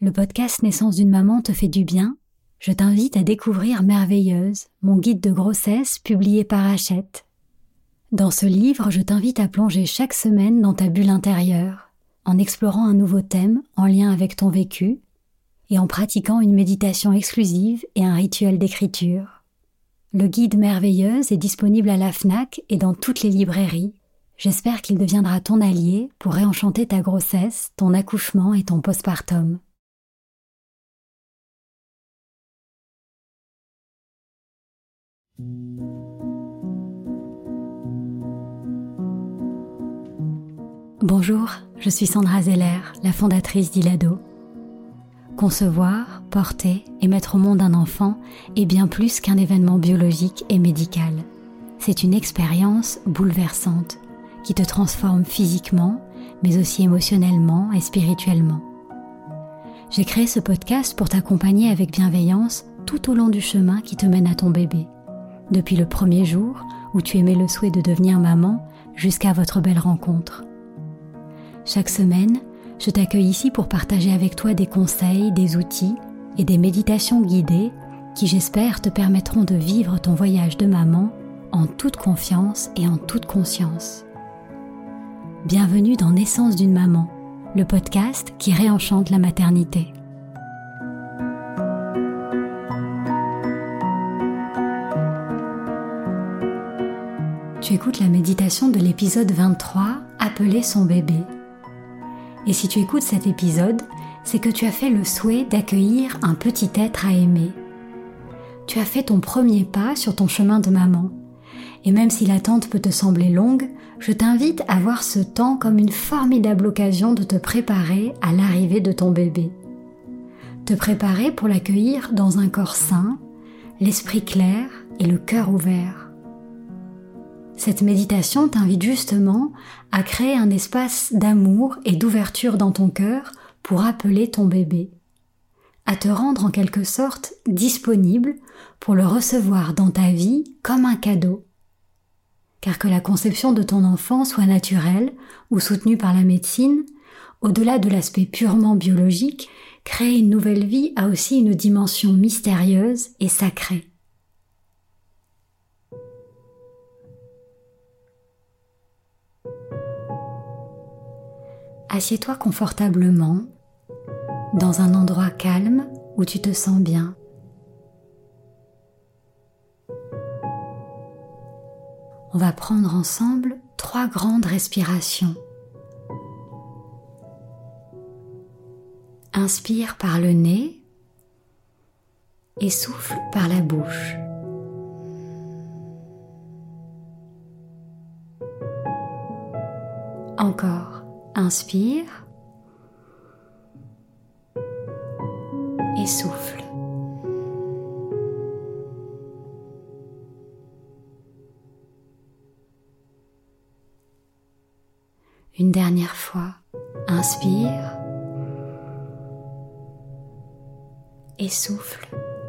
Le podcast Naissance d'une maman te fait du bien? Je t'invite à découvrir Merveilleuse, mon guide de grossesse publié par Hachette. Dans ce livre, je t'invite à plonger chaque semaine dans ta bulle intérieure, en explorant un nouveau thème en lien avec ton vécu et en pratiquant une méditation exclusive et un rituel d'écriture. Le guide Merveilleuse est disponible à la Fnac et dans toutes les librairies. J'espère qu'il deviendra ton allié pour réenchanter ta grossesse, ton accouchement et ton postpartum. Bonjour, je suis Sandra Zeller, la fondatrice d'Ilado. Concevoir, porter et mettre au monde un enfant est bien plus qu'un événement biologique et médical. C'est une expérience bouleversante qui te transforme physiquement, mais aussi émotionnellement et spirituellement. J'ai créé ce podcast pour t'accompagner avec bienveillance tout au long du chemin qui te mène à ton bébé. Depuis le premier jour où tu émets le souhait de devenir maman jusqu'à votre belle rencontre. Chaque semaine, je t'accueille ici pour partager avec toi des conseils, des outils et des méditations guidées qui, j'espère, te permettront de vivre ton voyage de maman en toute confiance et en toute conscience. Bienvenue dans Naissance d'une maman, le podcast qui réenchante la maternité. Tu écoutes la méditation de l'épisode 23, appelé son bébé. Et si tu écoutes cet épisode, c'est que tu as fait le souhait d'accueillir un petit être à aimer. Tu as fait ton premier pas sur ton chemin de maman. Et même si l'attente peut te sembler longue, je t'invite à voir ce temps comme une formidable occasion de te préparer à l'arrivée de ton bébé. Te préparer pour l'accueillir dans un corps sain, l'esprit clair et le cœur ouvert. Cette méditation t'invite justement à créer un espace d'amour et d'ouverture dans ton cœur pour appeler ton bébé, à te rendre en quelque sorte disponible pour le recevoir dans ta vie comme un cadeau. Car que la conception de ton enfant soit naturelle ou soutenue par la médecine, au-delà de l'aspect purement biologique, créer une nouvelle vie a aussi une dimension mystérieuse et sacrée. Assieds-toi confortablement, dans un endroit calme où tu te sens bien. On va prendre ensemble 3 grandes respirations. Inspire par le nez et souffle par la bouche. Encore. Inspire et souffle. Une dernière fois, inspire et souffle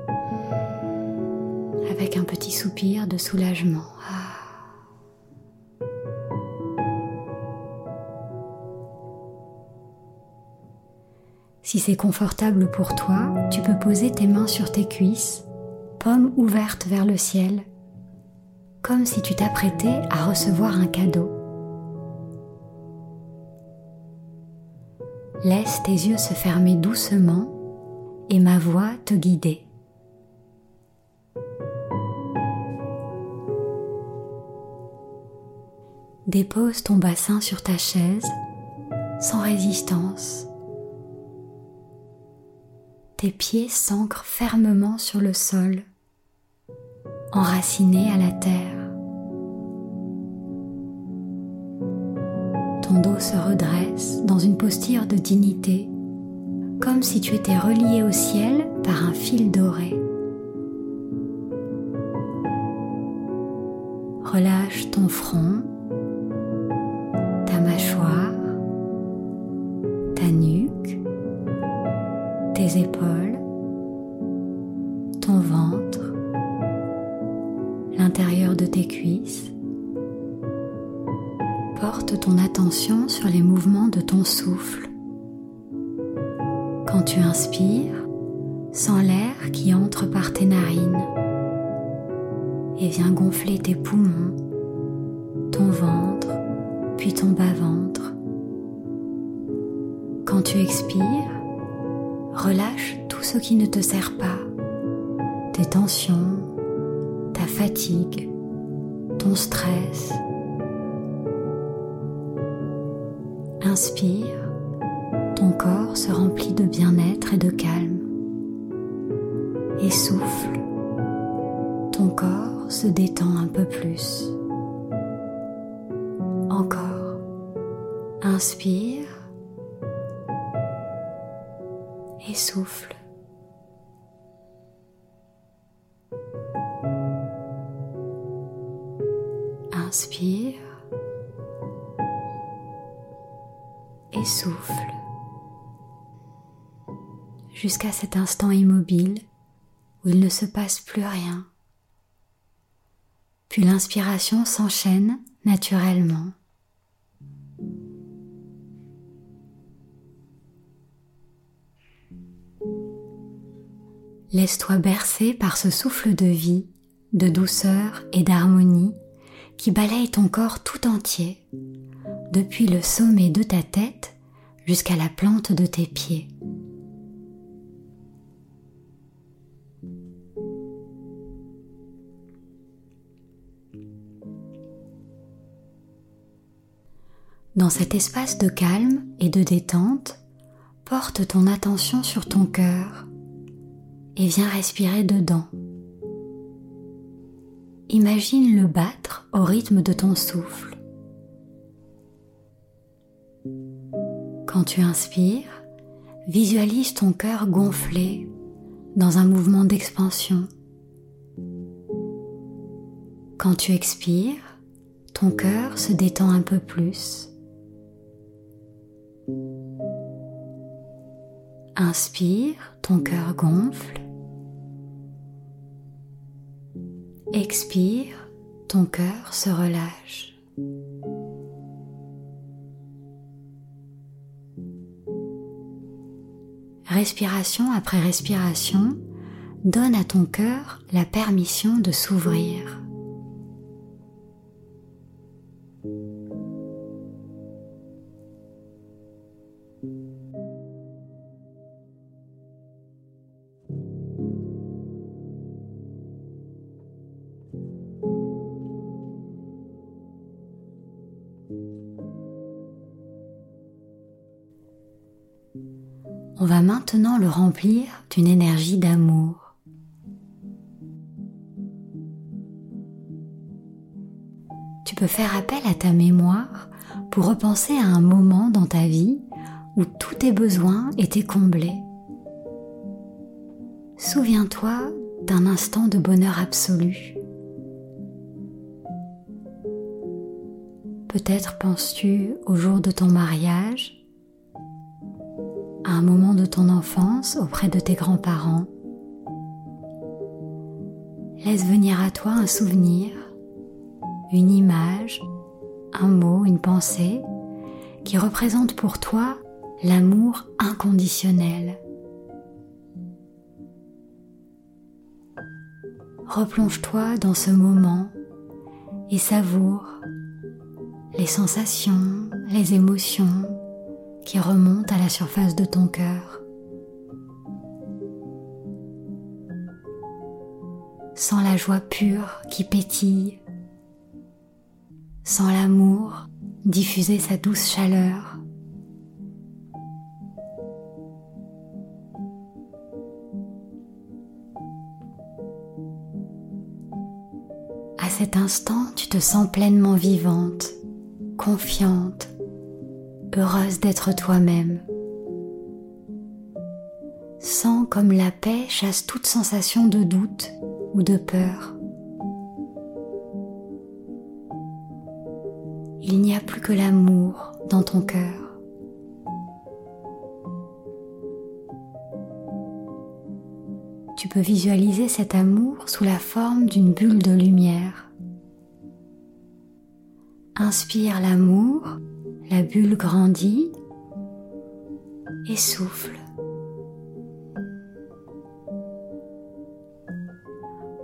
avec un petit soupir de soulagement. Si c'est confortable pour toi, tu peux poser tes mains sur tes cuisses, paumes ouvertes vers le ciel, comme si tu t'apprêtais à recevoir un cadeau. Laisse tes yeux se fermer doucement et ma voix te guider. Dépose ton bassin sur ta chaise, sans résistance. Tes pieds s'ancrent fermement sur le sol, enracinés à la terre. Ton dos se redresse dans une posture de dignité, comme si tu étais relié au ciel par un fil doré. Relâche ton front, ta mâchoire, ta nuque, tes épaules, ton ventre, l'intérieur de tes cuisses. Porte ton attention sur les mouvements de ton souffle. Quand tu inspires, sens l'air qui entre par tes narines et vient gonfler tes poumons, ton ventre, puis ton bas-ventre. Quand tu expires, relâche tout ce qui ne te sert pas, tes tensions, ta fatigue, ton stress. Inspire, ton corps se remplit de bien-être et de calme. Et souffle, ton corps se détend un peu plus. Encore, inspire et souffle. Inspire et souffle. Jusqu'à cet instant immobile où il ne se passe plus rien. Puis l'inspiration s'enchaîne naturellement. Laisse-toi bercer par ce souffle de vie, de douceur et d'harmonie qui balaye ton corps tout entier, depuis le sommet de ta tête jusqu'à la plante de tes pieds. Dans cet espace de calme et de détente, porte ton attention sur ton cœur et viens respirer dedans. Imagine le battre au rythme de ton souffle. Quand tu inspires, visualise ton cœur gonflé dans un mouvement d'expansion. Quand tu expires, ton cœur se détend un peu plus. Inspire, ton cœur gonfle. Expire, ton cœur se relâche. Respiration après respiration, donne à ton cœur la permission de s'ouvrir. On va maintenant le remplir d'une énergie d'amour. Tu peux faire appel à ta mémoire pour repenser à un moment dans ta vie où tous tes besoins étaient comblés. Souviens-toi d'un instant de bonheur absolu. Peut-être penses-tu au jour de ton mariage, à un moment de ton enfance auprès de tes grands-parents. Laisse venir à toi un souvenir, une image, un mot, une pensée qui représente pour toi l'amour inconditionnel. Replonge-toi dans ce moment et savoure les sensations, les émotions qui remontent à la surface de ton cœur. Sens la joie pure qui pétille. Sens l'amour diffuser sa douce chaleur. À cet instant, tu te sens pleinement vivante, confiante, heureuse d'être toi-même. Sens comme la paix chasse toute sensation de doute ou de peur. Il n'y a plus que l'amour dans ton cœur. Tu peux visualiser cet amour sous la forme d'une bulle de lumière. Inspire l'amour, la bulle grandit et souffle.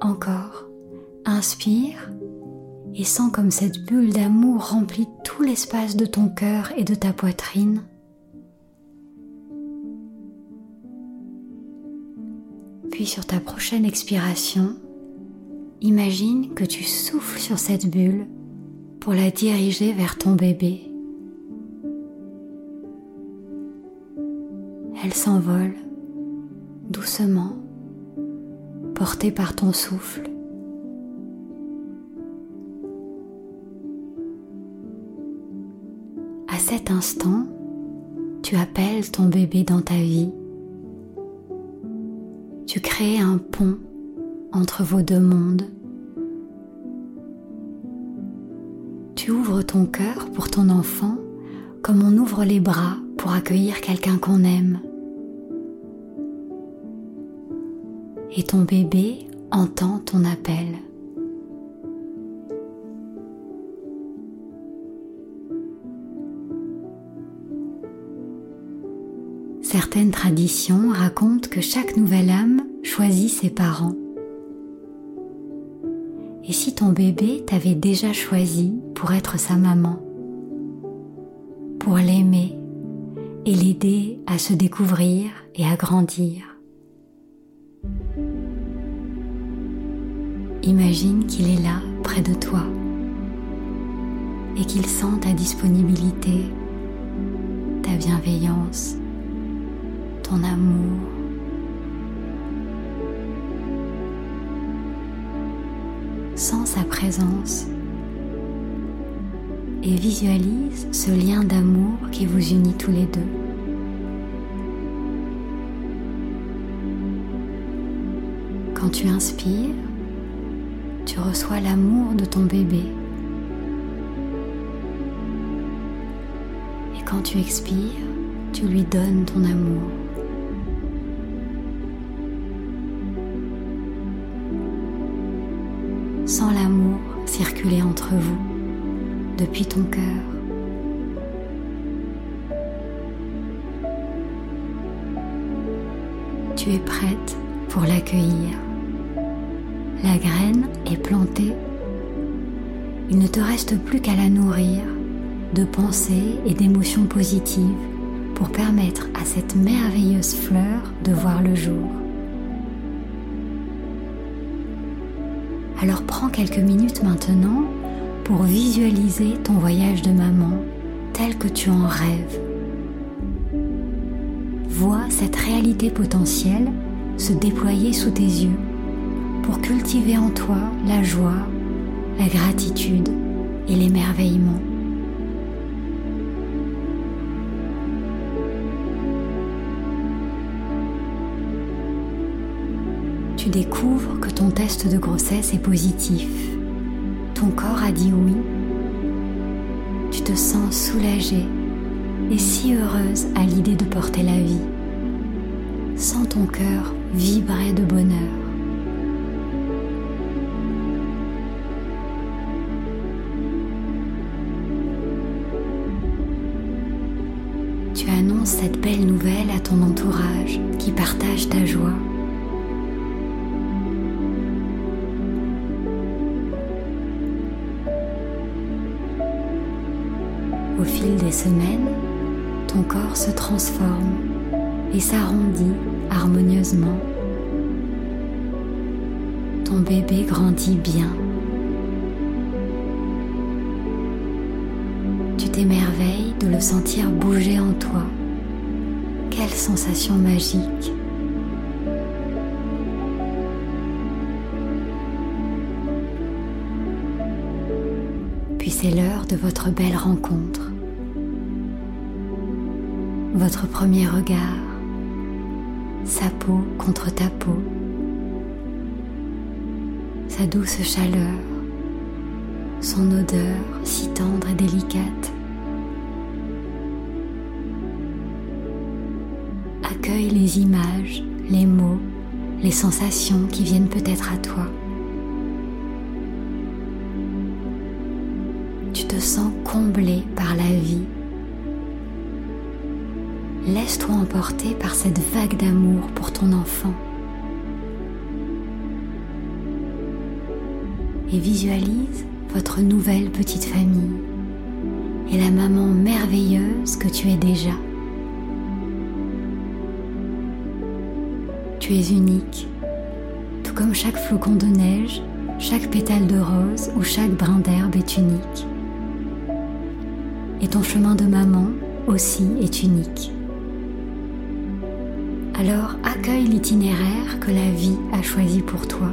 Encore. Inspire et sens comme cette bulle d'amour remplit tout l'espace de ton cœur et de ta poitrine. Puis sur ta prochaine expiration, imagine que tu souffles sur cette bulle pour la diriger vers ton bébé. Elle s'envole doucement, portée par ton souffle. À cet instant, tu appelles ton bébé dans ta vie. Tu crées un pont entre vos deux mondes. Tu ouvres ton cœur pour ton enfant comme on ouvre les bras pour accueillir quelqu'un qu'on aime. Et ton bébé entend ton appel. Certaines traditions racontent que chaque nouvelle âme choisit ses parents. Et si ton bébé t'avait déjà choisi pour être sa maman, pour l'aimer et l'aider à se découvrir et à grandir? Imagine qu'il est là, près de toi, et qu'il sent ta disponibilité, ta bienveillance, ton amour. Sens sa présence et visualise ce lien d'amour qui vous unit tous les deux. Quand tu inspires, tu reçois l'amour de ton bébé. Et quand tu expires, tu lui donnes ton amour. Sens l'amour circuler entre vous, depuis ton cœur. Tu es prête pour l'accueillir. La graine est plantée. Il ne te reste plus qu'à la nourrir de pensées et d'émotions positives pour permettre à cette merveilleuse fleur de voir le jour. Alors prends quelques minutes maintenant pour visualiser ton voyage de maman tel que tu en rêves. Vois cette réalité potentielle se déployer sous tes yeux pour cultiver en toi la joie, la gratitude et l'émerveillement. Tu découvres que ton test de grossesse est positif. Ton corps a dit oui. Tu te sens soulagée et si heureuse à l'idée de porter la vie. Sens ton cœur vibrer de bonheur. Tu annonces cette belle nouvelle à ton entourage qui partage ta joie. Au fil des semaines, ton corps se transforme et s'arrondit harmonieusement. Ton bébé grandit bien. Tu t'émerveilles de le sentir bouger en toi. Quelle sensation magique! Puis c'est l'heure de votre belle rencontre. Votre premier regard, sa peau contre ta peau, sa douce chaleur, son odeur si tendre et délicate. Accueille les images, les mots, les sensations qui viennent peut-être à toi. Tu te sens comblé par la vie. Laisse-toi emporter par cette vague d'amour pour ton enfant. et visualise votre nouvelle petite famille et la maman merveilleuse que tu es déjà. Tu es unique, tout comme chaque flocon de neige, chaque pétale de rose ou chaque brin d'herbe est unique. Et ton chemin de maman aussi est unique. Alors accueille l'itinéraire que la vie a choisi pour toi.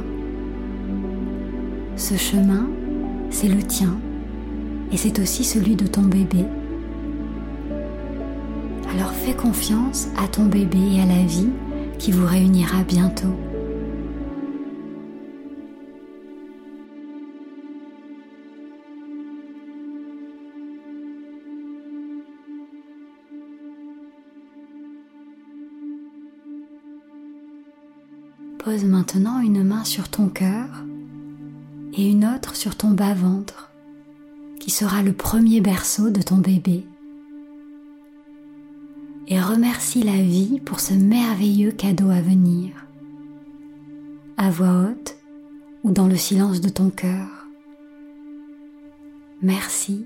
Ce chemin, c'est le tien et c'est aussi celui de ton bébé. Alors fais confiance à ton bébé et à la vie qui vous réunira bientôt. Pose maintenant une main sur ton cœur et une autre sur ton bas-ventre, qui sera le premier berceau de ton bébé. Et remercie la vie pour ce merveilleux cadeau à venir, à voix haute ou dans le silence de ton cœur. Merci,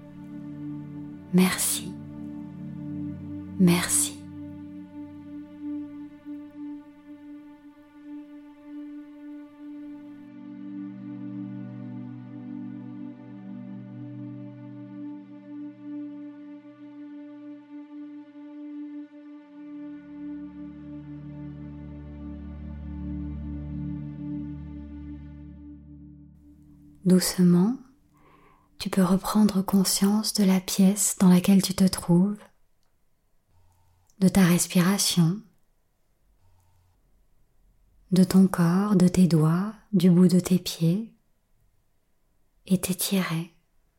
merci, merci. Doucement, tu peux reprendre conscience de la pièce dans laquelle tu te trouves, de ta respiration, de ton corps, de tes doigts, du bout de tes pieds, et t'étirer.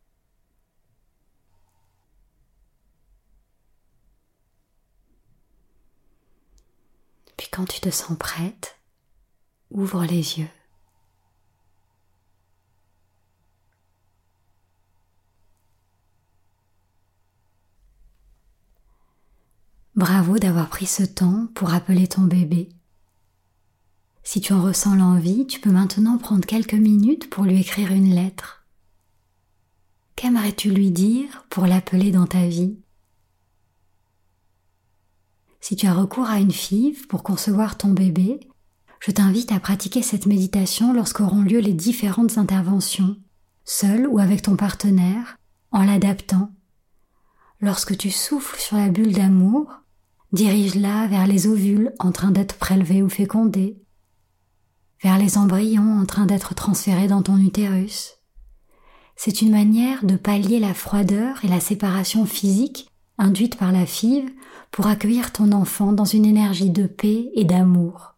Puis quand tu te sens prête, ouvre les yeux. Bravo d'avoir pris ce temps pour appeler ton bébé. Si tu en ressens l'envie, tu peux maintenant prendre quelques minutes pour lui écrire une lettre. Qu'aimerais-tu lui dire pour l'appeler dans ta vie ? Si tu as recours à une FIV pour concevoir ton bébé, je t'invite à pratiquer cette méditation lorsqu'auront lieu les différentes interventions, seul ou avec ton partenaire, en l'adaptant. Lorsque tu souffles sur la bulle d'amour, dirige-la vers les ovules en train d'être prélevés ou fécondés, vers les embryons en train d'être transférés dans ton utérus. C'est une manière de pallier la froideur et la séparation physique induite par la FIV pour accueillir ton enfant dans une énergie de paix et d'amour.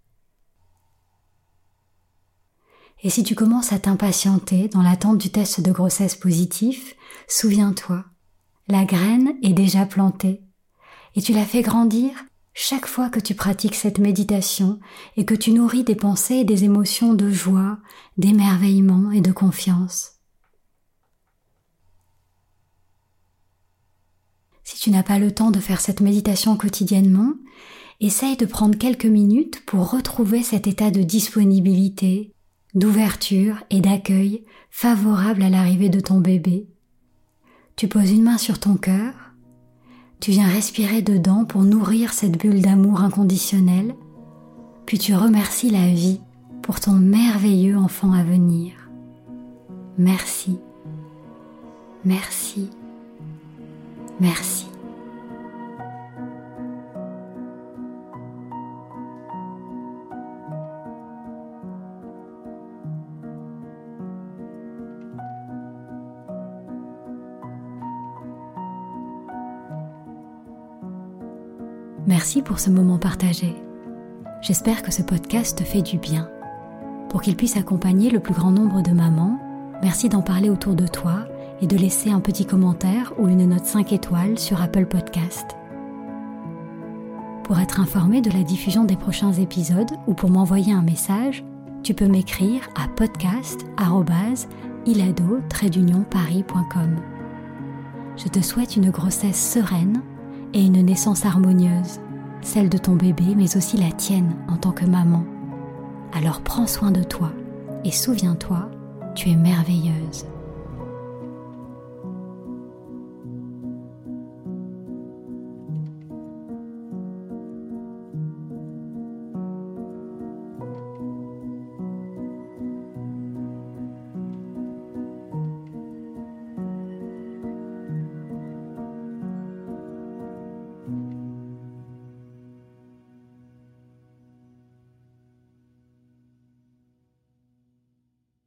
Et si tu commences à t'impatienter dans l'attente du test de grossesse positif, souviens-toi, la graine est déjà plantée et tu la fais grandir chaque fois que tu pratiques cette méditation et que tu nourris des pensées et des émotions de joie, d'émerveillement et de confiance. Si tu n'as pas le temps de faire cette méditation quotidiennement, essaye de prendre quelques minutes pour retrouver cet état de disponibilité, d'ouverture et d'accueil favorable à l'arrivée de ton bébé. Tu poses une main sur ton cœur, tu viens respirer dedans pour nourrir cette bulle d'amour inconditionnel, puis tu remercies la vie pour ton merveilleux enfant à venir. Merci, merci, merci. Merci pour ce moment partagé. J'espère que ce podcast te fait du bien. Pour qu'il puisse accompagner le plus grand nombre de mamans, merci d'en parler autour de toi et de laisser un petit commentaire ou une note 5 étoiles sur Apple Podcast. Pour être informé de la diffusion des prochains épisodes ou pour m'envoyer un message, tu peux m'écrire à podcast@ilado-paris.com. Je te souhaite une grossesse sereine et une naissance harmonieuse, celle de ton bébé mais aussi la tienne en tant que maman. Alors prends soin de toi et souviens-toi, Tu es merveilleuse.